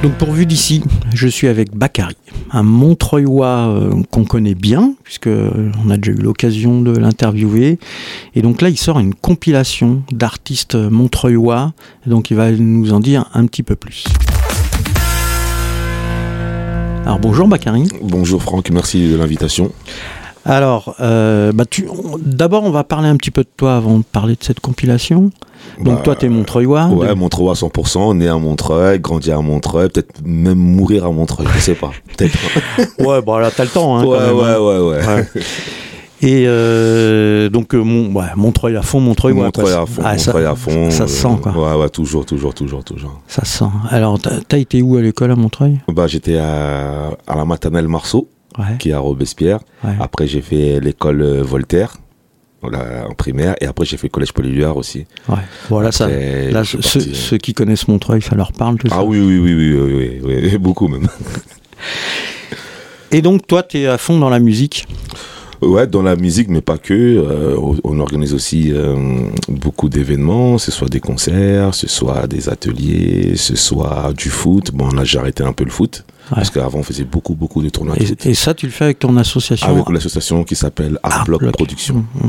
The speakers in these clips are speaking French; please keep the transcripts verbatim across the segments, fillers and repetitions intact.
Donc pour Vue d'ici, je suis avec Bakary, un Montreuillois euh, qu'on connaît bien, puisqu'on a déjà eu l'occasion de l'interviewer. Et donc là, il sort une compilation d'artistes montreuillois, donc il va nous en dire un petit peu plus. Alors bonjour Bakary. Bonjour Franck, merci de l'invitation. Alors, euh, bah tu, on, d'abord on va parler un petit peu de toi avant de parler de cette compilation. Donc bah, toi t'es Montreuillois. Ouais, de... Montreuil à cent pour cent, né à Montreuil, grandi à Montreuil, peut-être même mourir à Montreuil, je sais pas, peut-être. Ouais, bon là t'as le temps. Hein, ouais, quand même, ouais, hein. ouais, ouais, ouais. Et euh, donc euh, mon, ouais, Montreuil à fond, Montreuil, Montreuil ouais, à fond, ah, Montreuil ça, à fond. Ça, ça se sent quoi. Ouais, ouais, toujours, toujours, toujours, toujours. Ça se sent. Alors t'as, t'as été où à l'école à Montreuil? Bah j'étais à, à la maternelle Marceau. Ouais. Qui est à Robespierre. Ouais. Après, j'ai fait l'école Voltaire là, en primaire. Et après, j'ai fait le collège Polyluard aussi. Ouais. Voilà, ça. Là, ceux, parti... ceux qui connaissent Montreuil, ça leur parle tout ah, ça. Ah oui, oui, oui, oui, oui, oui, oui, beaucoup même. Et donc, toi, tu es à fond dans la musique? Ouais, dans la musique, mais pas que. Euh, on organise aussi euh, beaucoup d'événements, ce soit des concerts, ce soit des ateliers, ce soit du foot. Bon, là, j'ai arrêté un peu le foot. Ouais. Parce qu'avant, on faisait beaucoup, beaucoup de tournois. Et, et ça, tu le fais avec ton association? Avec l'association qui s'appelle Art Block Production. Mmh.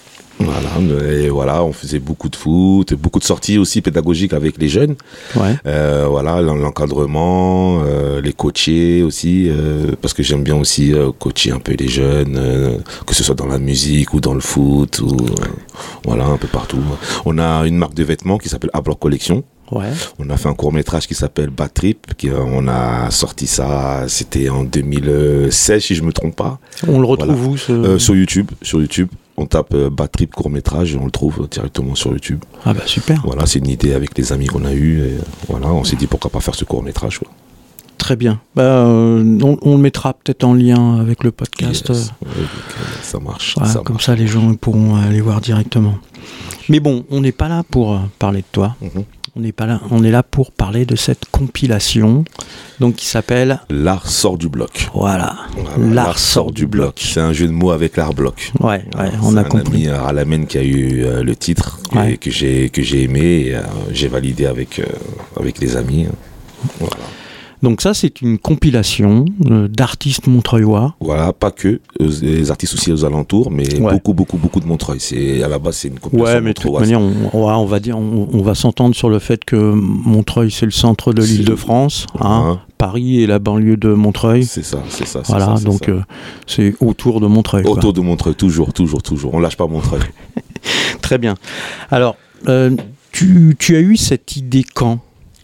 Voilà, et voilà, on faisait beaucoup de foot, beaucoup de sorties aussi pédagogiques avec les jeunes. Ouais. Euh, voilà, l'encadrement, euh, les coachés aussi, euh, parce que j'aime bien aussi euh, coacher un peu les jeunes, euh, que ce soit dans la musique ou dans le foot, ou euh, voilà, un peu partout. On a une marque de vêtements qui s'appelle Art Block Collection. Ouais. On a fait un court-métrage qui s'appelle Bad Trip, qui, euh, on a sorti ça, c'était en deux mille seize si je me trompe pas. On le retrouve voilà. où ce... euh, Sur YouTube, sur YouTube. On tape euh, Bad Trip court-métrage et on le trouve directement sur YouTube. Ah bah super. Voilà, c'est une idée avec les amis qu'on a eu et voilà, on s'est dit pourquoi pas faire ce court-métrage quoi. Très bien. Bah, euh, on, on le mettra peut-être en lien avec le podcast. Yes. Ouais, okay. Ça marche. Voilà, ça comme marche. ça, les gens pourront aller voir directement. Mais bon, on n'est pas là pour parler de toi. Mm-hmm. On n'est pas là. On est là pour parler de cette compilation, donc qui s'appelle L'art sort du bloc. Voilà. voilà L'art, l'art sort du bloc. bloc. C'est un jeu de mots avec l'art bloc. Ouais, voilà, ouais, on c'est a un compris. ami euh, Alamen qui a eu euh, le titre que, ouais. que j'ai que j'ai aimé, et, euh, j'ai validé avec euh, avec les amis. Voilà. Donc ça, c'est une compilation euh, d'artistes montreuillois. Voilà, pas que, euh, les artistes aussi aux alentours, mais ouais. beaucoup, beaucoup, beaucoup de Montreuil. C'est, à la base, c'est une compilation. Ouais, mais de toute manière, on, on va dire, on, on va s'entendre sur le fait que Montreuil, c'est le centre de l'Île-de-France. Hein. Ouais. Paris est la banlieue de Montreuil. C'est ça, c'est ça. C'est voilà, ça, c'est donc ça. Euh, c'est autour de Montreuil. Autour quoi. de Montreuil, toujours, toujours, toujours. On lâche pas Montreuil. Très bien. Alors, euh, tu, tu as eu cette idée quand ?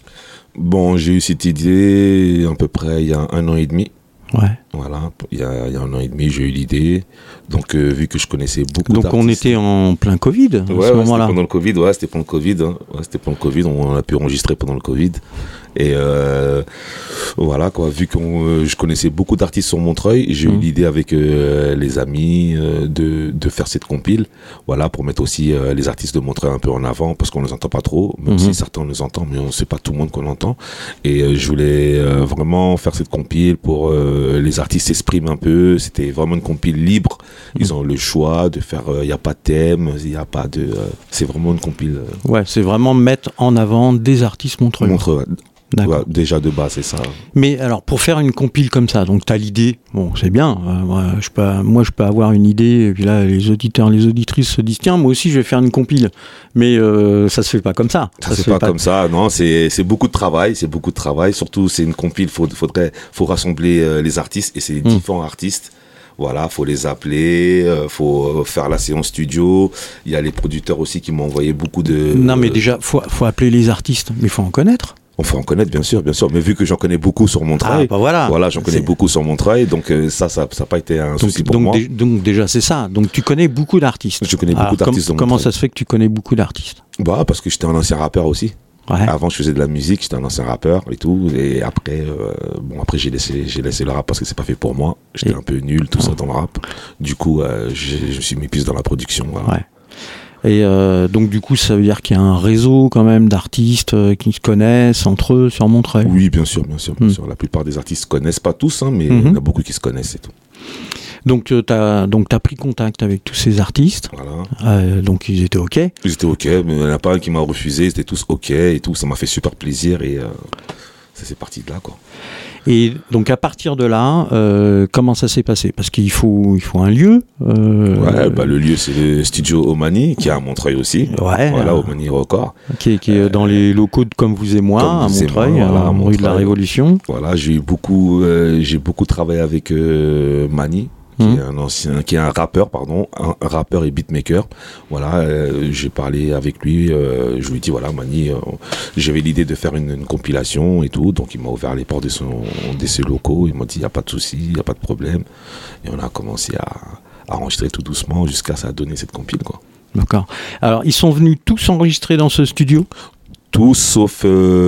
Bon, j'ai eu cette idée à peu près il y a un an et demi. Ouais. Voilà, il y a, il y a un an et demi, j'ai eu l'idée. Donc, euh, vu que je connaissais beaucoup Donc, d'artistes. on était en plein Covid à ouais, ce ouais, moment-là. C'était pendant le Covid, ouais, c'était pendant le Covid. Hein. Ouais, c'était pendant le Covid, on a pu enregistrer pendant le Covid. Et euh, voilà, quoi, vu que euh, je connaissais beaucoup d'artistes sur Montreuil, j'ai mmh. eu l'idée avec euh, les amis euh, de, de faire cette compile. Voilà, pour mettre aussi euh, les artistes de Montreuil un peu en avant, parce qu'on ne les entend pas trop, même mmh. si certains on les entend, mais on ne sait pas tout le monde qu'on entend. Et euh, je voulais euh, vraiment faire cette compile pour euh, les artistes s'expriment un peu. C'était vraiment une compile libre. Ils mmh. ont le choix de faire, il euh, n'y a pas de thème, il n'y a pas de... Euh, c'est vraiment une compile. Euh, ouais, c'est vraiment mettre en avant des artistes Montreuil. Montreuil. Ouais, déjà de base, c'est ça. Mais alors, pour faire une compile comme ça, donc tu as l'idée, bon, c'est bien. Euh, moi, je peux, moi, je peux avoir une idée, et puis là, les auditeurs, les auditrices se disent, tiens, moi aussi, je vais faire une compile. Mais euh, ça se fait pas comme ça. Ça, ça se fait pas, pas comme ça, non. C'est, c'est beaucoup de travail, c'est beaucoup de travail. Surtout, c'est une compile, faut, faudrait, faut rassembler euh, les artistes, et c'est mmh. différents artistes. Voilà, faut les appeler, euh, faut faire la séance studio. Il y a les producteurs aussi qui m'ont envoyé beaucoup de... Non, mais déjà, faut, faut appeler les artistes, mais il faut en connaître. On faut en connaître, bien sûr, bien sûr. Mais vu que j'en connais beaucoup sur Montreuil, ah, bah voilà, voilà, j'en connais c'est... beaucoup sur Montreuil, donc euh, ça, ça n'a pas été un donc, souci pour donc, moi. Dé- donc déjà, c'est ça. Donc tu connais beaucoup d'artistes. Je connais beaucoup Alors, d'artistes com- dans Comment Montreuil. ça se fait que tu connais beaucoup d'artistes ? Bah, parce que j'étais un ancien rappeur aussi. Ouais. Avant, je faisais de la musique, j'étais un ancien rappeur et tout. Et après, euh, bon, après j'ai laissé, j'ai laissé le rap parce que c'est pas fait pour moi. J'étais et... un peu nul, tout ouais. ça dans le rap. Du coup, euh, je me suis mis plus dans la production. Voilà. Ouais. Et euh, donc du coup, ça veut dire qu'il y a un réseau quand même d'artistes euh, qui se connaissent entre eux sur Montreuil. Oui, bien sûr, bien sûr, bien mmh. sûr. La plupart des artistes se connaissent pas tous, hein, mais il mmh. y en a beaucoup qui se connaissent et tout. Donc euh, t'as donc t'as pris contact avec tous ces artistes. Voilà. Euh, donc ils étaient ok. Ils étaient ok, mais il n'y en a pas un qui m'a refusé. Ils étaient tous ok et tout. Ça m'a fait super plaisir et. Euh... ça c'est parti de là, quoi. Et donc à partir de là, euh, comment ça s'est passé? Parce qu'il faut, il faut un lieu. Euh... Ouais, bah, le lieu c'est le studio Omani, qui est à Montreuil aussi. Ouais. Voilà, Omani Record. Qui est, qui est euh, dans les locaux de Comme vous et moi, à Montreuil, moi, voilà, à Montreuil, rue de la Révolution. Voilà, j'ai eu beaucoup, euh, j'ai beaucoup travaillé avec euh, Mani. Qui est un ancien, qui est un rappeur, pardon, un, un rappeur et beatmaker. Voilà, euh, j'ai parlé avec lui, euh, je lui ai dit, voilà, Mani, euh, j'avais l'idée de faire une, une compilation et tout, donc il m'a ouvert les portes de, son, de ses locaux, il m'a dit, il n'y a pas de souci, il n'y a pas de problème. Et on a commencé à, à enregistrer tout doucement jusqu'à ça a donné cette compile, quoi. D'accord. Alors, ils sont venus tous enregistrer dans ce studio ? Tous, sauf,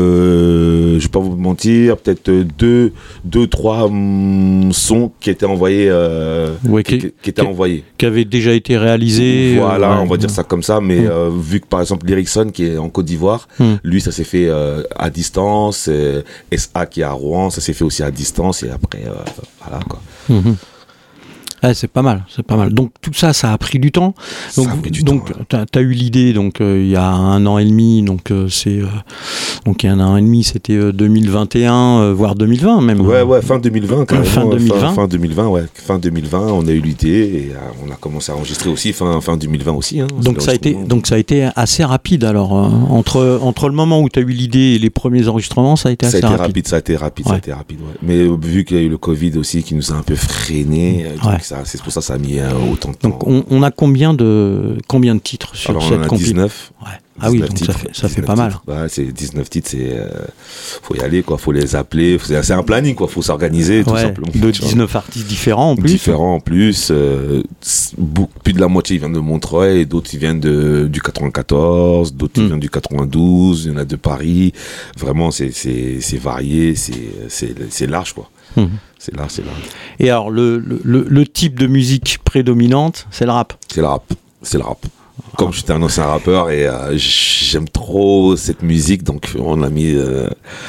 euh, je vais pas vous mentir, peut-être deux, deux, trois hum, sons qui étaient envoyés, euh, ouais, qui, qui, qui, qui étaient qui, envoyés, qui avaient déjà été réalisés. Voilà, euh, ouais, on va dire ça comme ça. Mais mmh. euh, vu que par exemple l'Ericsson qui est en Côte d'Ivoire, mmh. lui ça s'est fait euh, à distance. Euh, S A qui est à Rouen, ça s'est fait aussi à distance. Et après, euh, voilà quoi. Mmh. Ouais, c'est pas mal, c'est pas mal. Donc tout ça, ça a pris du temps. Donc, ça a pris du donc temps, ouais. t'as, t'as eu l'idée, donc euh, il y a un an et demi, donc euh, c'est euh, donc il y a un an et demi, c'était euh, deux mille vingt et un, euh, voire deux mille vingt même. Ouais, ouais, fin deux mille vingt, carrément. Fin deux mille vingt. Fin, fin deux mille vingt, ouais, fin deux mille vingt, on a eu l'idée et euh, on a commencé à enregistrer aussi fin fin deux mille vingt aussi. Hein, donc ça a été, donc ça a été assez rapide. Alors euh, entre entre le moment où tu as eu l'idée et les premiers enregistrements, ça a été ça assez a été rapide. rapide. Ça a été rapide, ouais. ça a été rapide. Ouais. Mais euh, vu qu'il y a eu le Covid aussi qui nous a un peu freiné, ouais. donc ça, c'est pour ça que ça a mis autant de temps. Donc on, on a combien de combien de titres sur Alors, cette on en a compil? dix-neuf. Ouais. Ah oui, donc ça fait ça fait pas mal. Ouais, c'est dix-neuf titres, c'est euh, faut y aller quoi, faut les appeler, c'est, c'est un planning quoi, faut s'organiser tout ouais, simplement. De dix-neuf artistes différents en plus. Différents en plus, euh, beaucoup, plus de la moitié ils viennent de Montreuil, et d'autres ils viennent de du quatre-vingt-quatorze, d'autres mm. ils viennent du quatre-vingt-douze, il y en a de Paris. Vraiment c'est c'est c'est varié, c'est c'est c'est large quoi. Mm. C'est large, c'est large. Et alors le le le type de musique prédominante, c'est le rap. C'est le rap, c'est le rap. Comme j'étais un ancien rappeur et euh, j'aime trop cette musique, donc on a mis euh,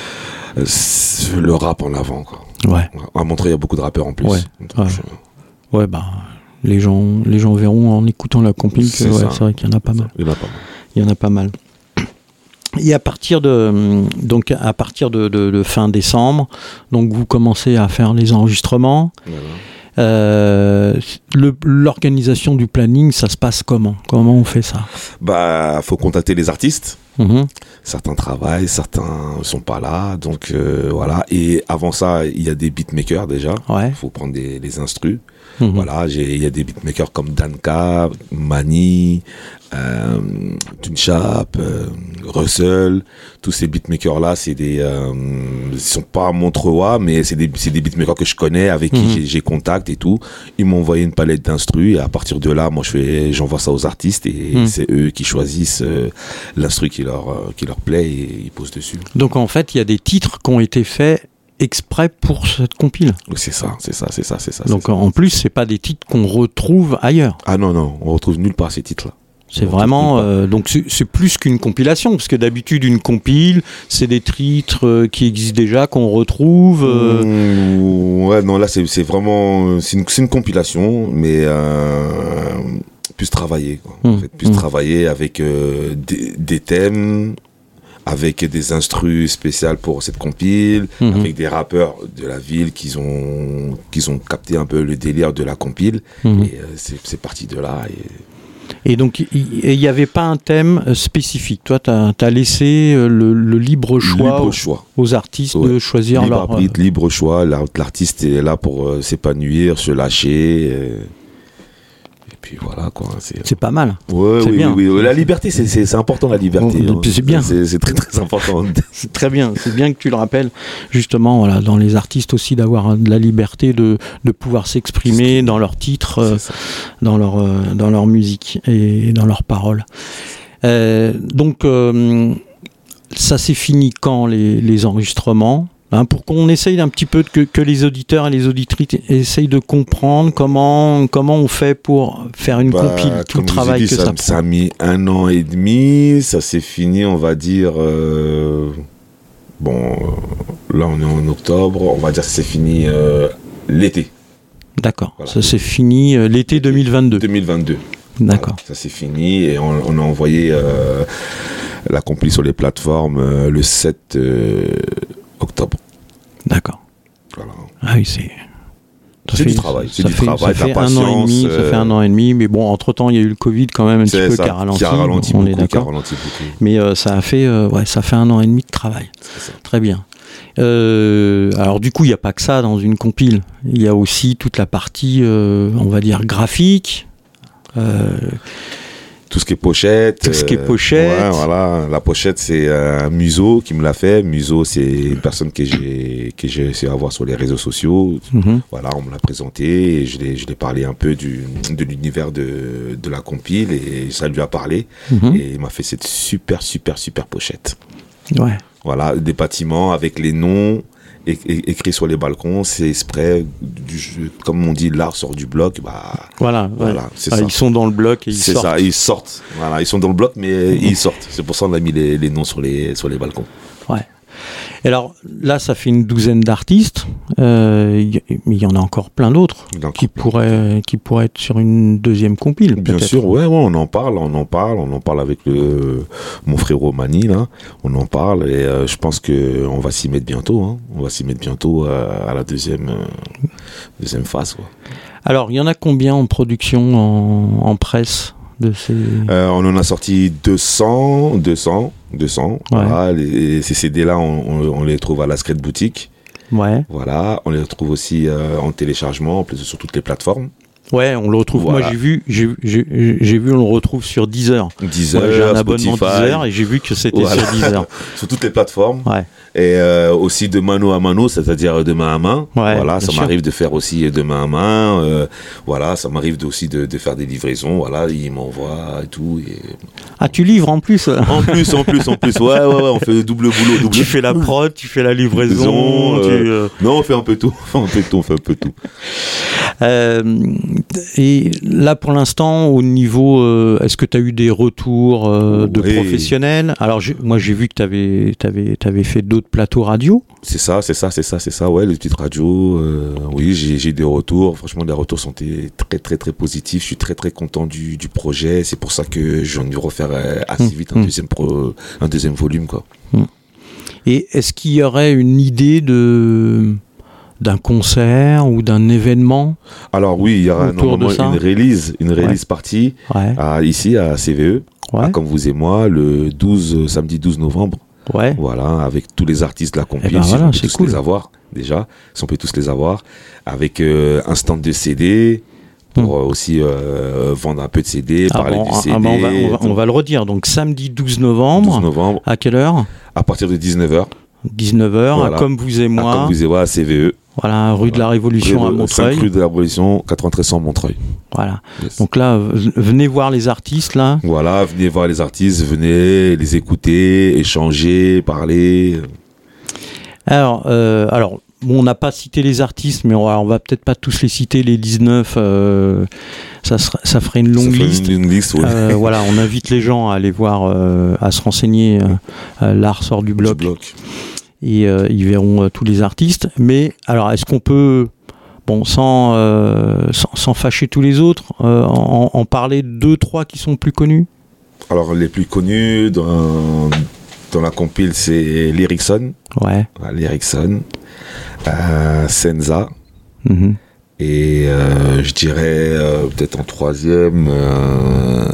le rap en avant, quoi. Ouais. À Montreuil, il y a beaucoup de rappeurs en plus. Ouais. Donc, ouais. Je... ouais, bah les gens, les gens verront en écoutant la compil que c'est, ouais, c'est vrai qu'il y en a pas mal. Il y en a pas mal. Il y en a pas mal. Et à partir de donc à partir de, de, de fin décembre, donc vous commencez à faire les enregistrements. Voilà. Euh, le, l'organisation du planning, ça se passe comment? Comment on fait ça? Bah, faut contacter les artistes. Mmh. Certains travaillent, certains sont pas là, donc euh, voilà. Et avant ça, il y a des beatmakers déjà. Ouais. Faut prendre des les instrus. Mmh. Voilà, il y a des beatmakers comme Danka, Mani, euh, Tunchap, euh, Russell. Tous ces beatmakers là, c'est des, euh, ils sont pas Montreuillois, mais c'est des, c'est des beatmakers que je connais, avec qui mmh. j'ai, j'ai contact et tout. Ils m'ont envoyé une palette d'instrus et à partir de là, moi je fais, j'envoie ça aux artistes et mmh. c'est eux qui choisissent euh, l'instru qui leur euh, qui leur plaît et ils posent dessus. Donc en fait, il y a des titres qui ont été faits exprès pour cette compile. C'est ça, c'est ça, c'est ça, c'est ça. Donc c'est ça. En plus, c'est pas des titres qu'on retrouve ailleurs. Ah non, non, on retrouve nulle part ces titres-là. C'est vraiment euh, donc c'est, c'est plus qu'une compilation, parce que d'habitude une compile, c'est des titres euh, qui existent déjà, qu'on retrouve. Euh... Mmh, ouais, non, là c'est c'est vraiment c'est une, c'est une compilation, mais euh, plus travaillée, quoi. Mmh. En fait, plus mmh. travaillée avec euh, des, des thèmes, avec des instrus spéciales pour cette compile, mmh. avec des rappeurs de la ville qui ont qui ont capté un peu le délire de la compile, mmh. et euh, c'est c'est parti de là. Et... Et donc, il n'y avait pas un thème spécifique. Toi, tu as laissé le, le libre choix, libre aux, choix aux artistes ouais. de choisir libre leur... arbitre, libre choix. L'artiste est là pour euh, s'épanouir, se lâcher. Et, et puis voilà, quoi. C'est, c'est pas mal. Ouais, c'est oui, bien. Oui, oui. La liberté, c'est, c'est, c'est important, la liberté. Bon, c'est bien. C'est, c'est très, très important. C'est très bien. C'est bien que tu le rappelles. Justement, voilà, dans les artistes aussi, d'avoir de la liberté de, de pouvoir s'exprimer dans leurs titres, euh, dans, leur, euh, dans leur musique et dans leurs paroles. Euh, donc, euh, ça s'est fini quand, les, les enregistrements? Hein, pour qu'on essaye un petit peu de, que, que les auditeurs et les auditrices essayent de comprendre comment, comment on fait pour faire une bah, compile, tout le travail dit, que ça, ça prend. Ça a mis un an et demi, ça s'est fini, on va dire... Euh, bon, euh, là on est en octobre, on va dire que ça s'est fini euh, l'été. D'accord, voilà. Ça s'est fini euh, l'été deux mille vingt-deux. deux mille vingt-deux. D'accord. Voilà, ça s'est fini et on, on a envoyé euh, la compile sur les plateformes euh, le sept... Euh, octobre. D'accord. Voilà. Ah oui, c'est... Ça c'est fait, du travail, c'est ça du fait, travail, ça de la fait patience. Un an et demi, euh... Ça fait un an et demi, mais bon, entre-temps, il y a eu le Covid quand même un petit peu ça, qui a ralenti. Qui a ralenti on beaucoup, est d'accord. qui a ralenti beaucoup. Mais euh, ça, a fait, euh, ouais, ça fait un an et demi de travail. Très bien. Euh, alors du coup, il n'y a pas que ça dans une compile. Il y a aussi toute la partie, euh, on va dire, graphique. Euh, tout ce qui est pochette. Tout ce qui est pochette. Euh, ouais, voilà. La pochette, c'est un Muso qui me l'a fait. Muso, c'est une personne que j'ai que j'ai essayé d'avoir sur les réseaux sociaux. Mm-hmm. Voilà, on me l'a présenté et je l'ai je l'ai parlé un peu du de l'univers de de la compile et ça lui a parlé. Mm-hmm. Et il m'a fait cette super super super pochette. Ouais. Voilà, des bâtiments avec les noms é- é- écrits sur les balcons, c'est exprès, du jeu, comme on dit, l'art sort du bloc. Bah, voilà, voilà ouais. c'est ah, ça. Ils sont dans le bloc et ils c'est sortent. C'est ça, ils sortent. Voilà, ils sont dans le bloc, mais ils sortent. C'est pour ça qu'on a mis les, les noms sur les, sur les balcons. Ouais. Et alors là, ça fait une douzaine d'artistes, euh, y, mais il y en a encore plein d'autres qui pourraient, qui pourraient être sur une deuxième compile. Bien peut-être. sûr, ouais, ouais, on en parle, on en parle, on en parle avec le, mon frérot Mani, là, on en parle et euh, je pense que on va s'y mettre bientôt, hein. On va s'y mettre bientôt euh, à la deuxième, euh, deuxième phase. Quoi. Alors, il y en a combien en production, en, en presse de ces... euh, On en a sorti deux cents, deux cents. deux cents. Ouais. Voilà, les, ces C D-là, on, on, on les trouve à la Secret Boutique. Ouais. Voilà, on les retrouve aussi euh, en téléchargement, en plus sur toutes les plateformes. Ouais, on le retrouve. Voilà. Moi, j'ai vu, j'ai, j'ai, j'ai vu, on le retrouve sur Deezer. Deezer, ouais, j'ai un abonnement Spotify. Deezer et j'ai vu que c'était voilà. sur Deezer. Sur toutes les plateformes. Ouais. Et euh, aussi de mano à mano, c'est-à-dire de main à main. Ouais, voilà, ça sûr. m'arrive de faire aussi de main à main. Euh, voilà, ça m'arrive de, aussi de, de faire des livraisons. Voilà, ils m'envoient et tout. Et... Ah, tu livres en plus. En plus, en plus, en plus. Ouais, ouais, ouais, on fait double boulot. Double... Tu fais la prod, tu fais la livraison. euh... Tu, euh... Non, on fait un peu tout. On fait tout, on fait un peu tout. Euh, et là, pour l'instant, au niveau, euh, est-ce que tu as eu des retours euh, de oui. professionnels ? Alors, j'ai, moi, j'ai vu que tu avais, t'avais, t'avais fait d'autres plateaux radio. C'est ça, c'est ça, c'est ça, c'est ça. Ouais, les petites radios. Euh, oui, j'ai, j'ai des retours. Franchement, les retours sont très, très, très positifs. Je suis très, très content du, du projet. C'est pour ça que j'ai envie de refaire assez vite un, mmh. deuxième, pro, un deuxième volume, quoi. Mmh. Et est-ce qu'il y aurait une idée de... d'un concert ou d'un événement? Alors oui, il y aura normalement une release, une release ouais. partie ouais. à, ici à C V E, ouais. à Comme vous et moi, le douze, samedi douze novembre. Ouais. Voilà, avec tous les artistes de la compil, eh ben si voilà, on peut tous cool. les avoir déjà, si on peut tous les avoir, avec euh, un stand de C D pour hum. aussi euh, vendre un peu de C D, ah parler bon, du C D. Ah bon, on, va, on, va, on va le redire, donc samedi douze novembre, douze novembre, à quelle heure? À partir de dix-neuf heures. dix-neuf heures, voilà. à Comme vous et moi. À Comme vous et moi, à C V E. Voilà, rue de la Révolution rue, à Montreuil. Rue de la Révolution, quatre-vingt-treize cent Montreuil. Voilà. Yes. Donc là, venez voir les artistes là. Voilà, venez voir les artistes, venez les écouter, échanger, parler. Alors, euh, alors bon, on n'a pas cité les artistes, mais on va, on va peut-être pas tous les citer, les dix-neuf. Euh, ça, sera, ça ferait une longue ça liste. Une, une liste ouais. euh, voilà, on invite les gens à aller voir, euh, à se renseigner. Euh, L'art sort du bloc. Du bloc. Et euh, ils verront euh, tous les artistes. Mais alors, est-ce qu'on peut, bon, sans, euh, sans, sans fâcher tous les autres, euh, en, en parler deux, trois qui sont plus connus? Alors, les plus connus dans, dans la compile, c'est l'Erickson. Ouais. L'Erickson. Euh, Senza. Mm-hmm. Et euh, je dirais, euh, peut-être en troisième, euh,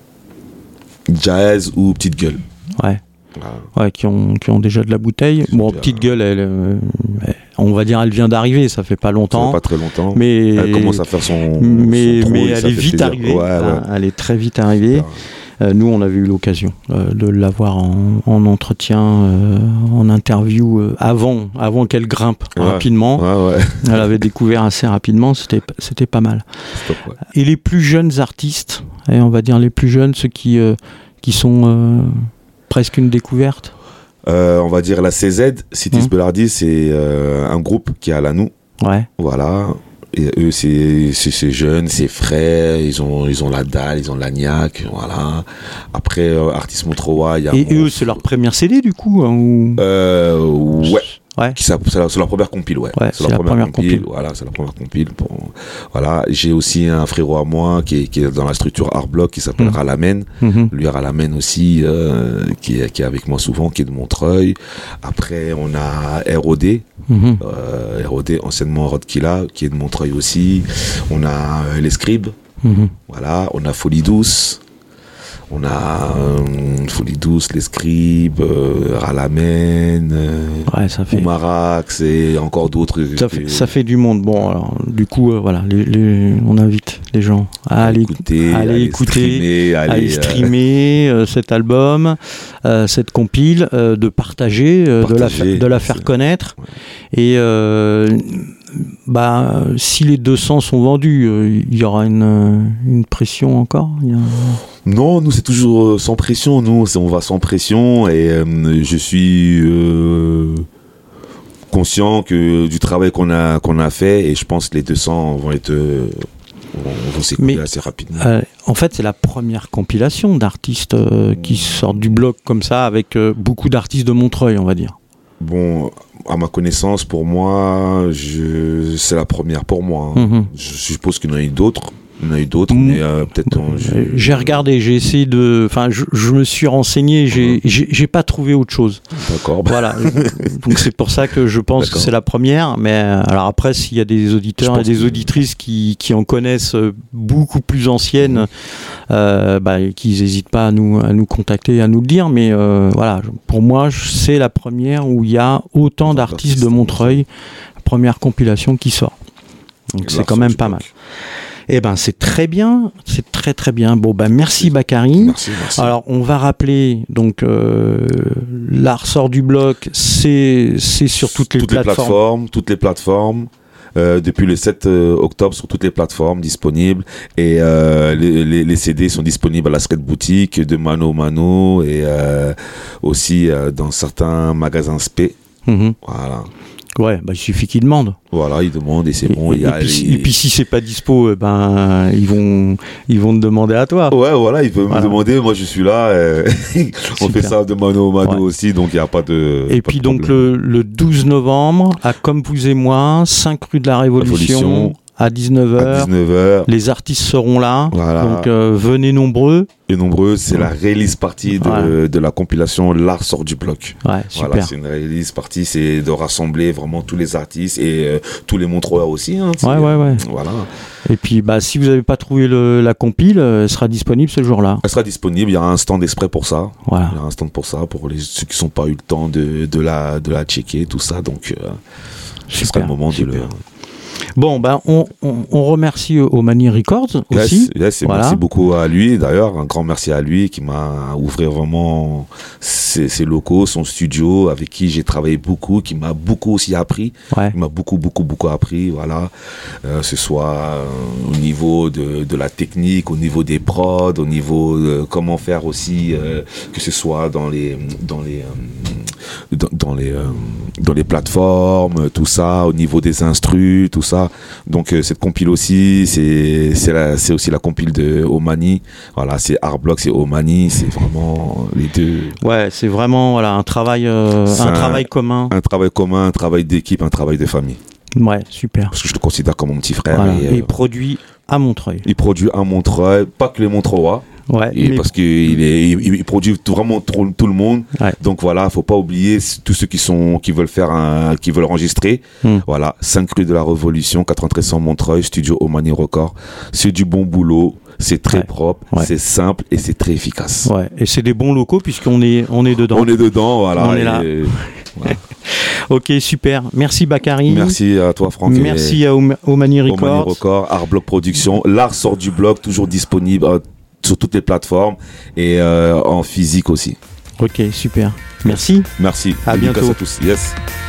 Jazz ou Petite Gueule. Ouais. Ah. Ouais, qui ont, qui ont déjà de la bouteille. C'est bon, bien. Petite Gueule, elle, euh, elle, on va dire, elle vient d'arriver, ça fait pas longtemps. Ça fait pas très longtemps. Mais elle commence à faire son. Mais, son mais trouille, elle est vite plaisir. arrivée. Ouais, ouais. Hein, elle est très vite arrivée. Euh, nous, on avait eu l'occasion euh, de l'avoir en, en entretien, euh, en interview, euh, avant, avant qu'elle grimpe ouais. rapidement. Ouais, ouais. Elle avait découvert assez rapidement, c'était, c'était pas mal. Stop, ouais. Et les plus jeunes artistes, et on va dire les plus jeunes, ceux qui, euh, qui sont euh, presque une découverte. Euh, on va dire la C Z, Cities mmh. Bellardi, c'est euh, un groupe qui est à Lannou. Ouais. Voilà. Et eux, c'est, c'est, c'est jeune, c'est frais, ils ont, ils ont la dalle, ils ont l'agnac, voilà. Après, euh, Artiste Montreuil, il y a. Et eux, c'est leur première C D, du coup hein, ou... euh, Ouais. Ouais. Qui, c'est, la, c'est la première compile, ouais. ouais c'est, c'est la, la première première compile, compile. Voilà, c'est la première compile. Bon, voilà, j'ai aussi un frérot à moi qui est, qui est dans la structure Art Block qui s'appelle mmh. Ralamen. Mmh. Lui, Ralamen aussi, euh, qui, est, qui est avec moi souvent, qui est de Montreuil. Après, on a R O D. Mmh. Euh, R O D, anciennement Rodkilla, qui est de Montreuil aussi. On a euh, les Scribes. Mmh. Voilà, on a Folie Douce. On a euh, Folie Douce, les Scribes, euh, Ralamen, euh, ouais, ça fait... Oumarax et encore d'autres. Ça fait, ça fait du monde. Bon, alors, du coup, euh, voilà, les, les, on invite les gens à, à aller écouter, à aller, aller écouter, streamer, à aller, aller streamer euh... cet album, euh, cette compile, euh, de partager, euh, partager, de la, de la faire connaître. Ouais. Et euh, bah, si les deux cents sont vendus, il euh, y aura une, une pression encore y a... Non, nous c'est toujours sans pression, nous on va sans pression et euh, je suis euh, conscient que du travail qu'on a, qu'on a fait et je pense que les deux cents vont être euh, vont, vont s'écouler Mais, assez rapidement. Euh, en fait c'est la première compilation d'artistes euh, qui sortent du bloc comme ça avec euh, beaucoup d'artistes de Montreuil, on va dire. Bon, à ma connaissance, pour moi, je... c'est la première pour moi. Hein. Mm-hmm. Je suppose qu'il y en a eu d'autres. Il y en a eu d'autres, mmh. mais euh, peut-être... On, je... J'ai regardé, j'ai essayé de... Enfin, je, je me suis renseigné, j'ai, mmh. j'ai, j'ai pas trouvé autre chose. D'accord. Voilà. Donc c'est pour ça que je pense D'accord. que c'est la première. Mais alors après, s'il y a des auditeurs et des que... auditrices qui, qui en connaissent beaucoup plus anciennes, mmh. euh, bah, qu'ils n'hésitent pas à nous, à nous contacter, à nous le dire. Mais euh, voilà, pour moi, c'est la première où il y a autant d'artistes de Montreuil, la première compilation qui sort. Donc c'est quand même pas mal. Eh ben c'est très bien, c'est très très bien. Bon ben merci Bakary. Merci, merci. Alors on va rappeler donc euh, l'art sort du bloc, c'est c'est sur toutes les toutes plateformes. Les plateformes, toutes les plateformes. Euh, depuis le sept octobre sur toutes les plateformes disponibles et euh, les, les, les C D sont disponibles à la Skate Boutique de Mano Mano et euh, aussi euh, dans certains magasins Spé. Mm-hmm. Voilà. Ouais, bah, il suffit qu'ils demandent. Voilà, ils demandent et c'est et, bon. Et, il y a, et, puis, et... et puis si c'est pas dispo, ben ils vont, ils vont te demander à toi. Ouais, voilà, ils peuvent voilà. me demander. Moi, je suis là. Euh... On fait ça de mano à mano ouais. aussi, donc il n'y a pas de. Et pas puis de donc le, le douze novembre, à Comme vous et moi, cinq rue de la Révolution. Révolution. À dix-neuf heures, à dix-neuf heures, les artistes seront là, voilà. donc euh, venez nombreux. Et nombreux, c'est ouais. la release partie de, ouais. de la compilation L'Art sort du bloc. Ouais, super. Voilà, c'est une release partie, c'est de rassembler vraiment tous les artistes et euh, tous les Montreuills aussi. Hein, ouais, ouais, ouais. Voilà. Et puis, bah, si vous n'avez pas trouvé le, la compile, elle sera disponible ce jour-là. Elle sera disponible, il y a un stand exprès pour ça. Voilà. Il y a un stand pour ça, pour les, ceux qui n'ont pas eu le temps de, de, la, de la checker, tout ça. Donc, euh, ce sera le moment super. de le... Bon, ben, on, on, on remercie Omani Records aussi. Yes, yes, voilà. Merci beaucoup à lui. D'ailleurs, un grand merci à lui qui m'a ouvert vraiment ses, ses locaux, son studio, avec qui j'ai travaillé beaucoup, qui m'a beaucoup aussi appris. Ouais. Il m'a beaucoup, beaucoup, beaucoup appris. Voilà. Euh, ce soit euh, au niveau de, de la technique, au niveau des prods, au niveau de comment faire aussi, euh, que ce soit dans les, dans les, euh, dans, dans les, euh, dans les plateformes, tout ça, au niveau des instrus, tout ça. Donc euh, cette compile aussi, c'est c'est la c'est aussi la compile de Omani. Voilà, c'est Art Block, c'est Omani, c'est vraiment les deux. Ouais, c'est vraiment voilà un travail euh, un, un travail commun. Un travail commun, un travail d'équipe, un travail de famille. Ouais, super. Parce que je te considère comme mon petit frère. Voilà. Et, et il euh, produit à Montreuil. Il produit à Montreuil, pas que les Montreuillois. Ouais, et parce qu'il est, il, il produit tout, vraiment tout, tout le monde. Ouais. Donc voilà, faut pas oublier tous ceux qui sont, qui veulent faire un, qui veulent enregistrer. Mm. Voilà, cinq rue de la Révolution, quatre-vingt-treize cents Montreuil, studio Omani Record. C'est du bon boulot. C'est très ouais. propre, ouais. c'est simple et c'est très efficace. Ouais, et c'est des bons locaux puisqu'on est, on est dedans. On est dedans, voilà. On est là. Et, voilà. Ok, super. Merci Bakary. Merci à toi Franck. Merci à Omani Records. Omani Records, Art Block Production. L'art sort du bloc, toujours disponible euh, sur toutes les plateformes et euh, en physique aussi. Ok, super. Merci. Merci. À bientôt. À tous. Yes.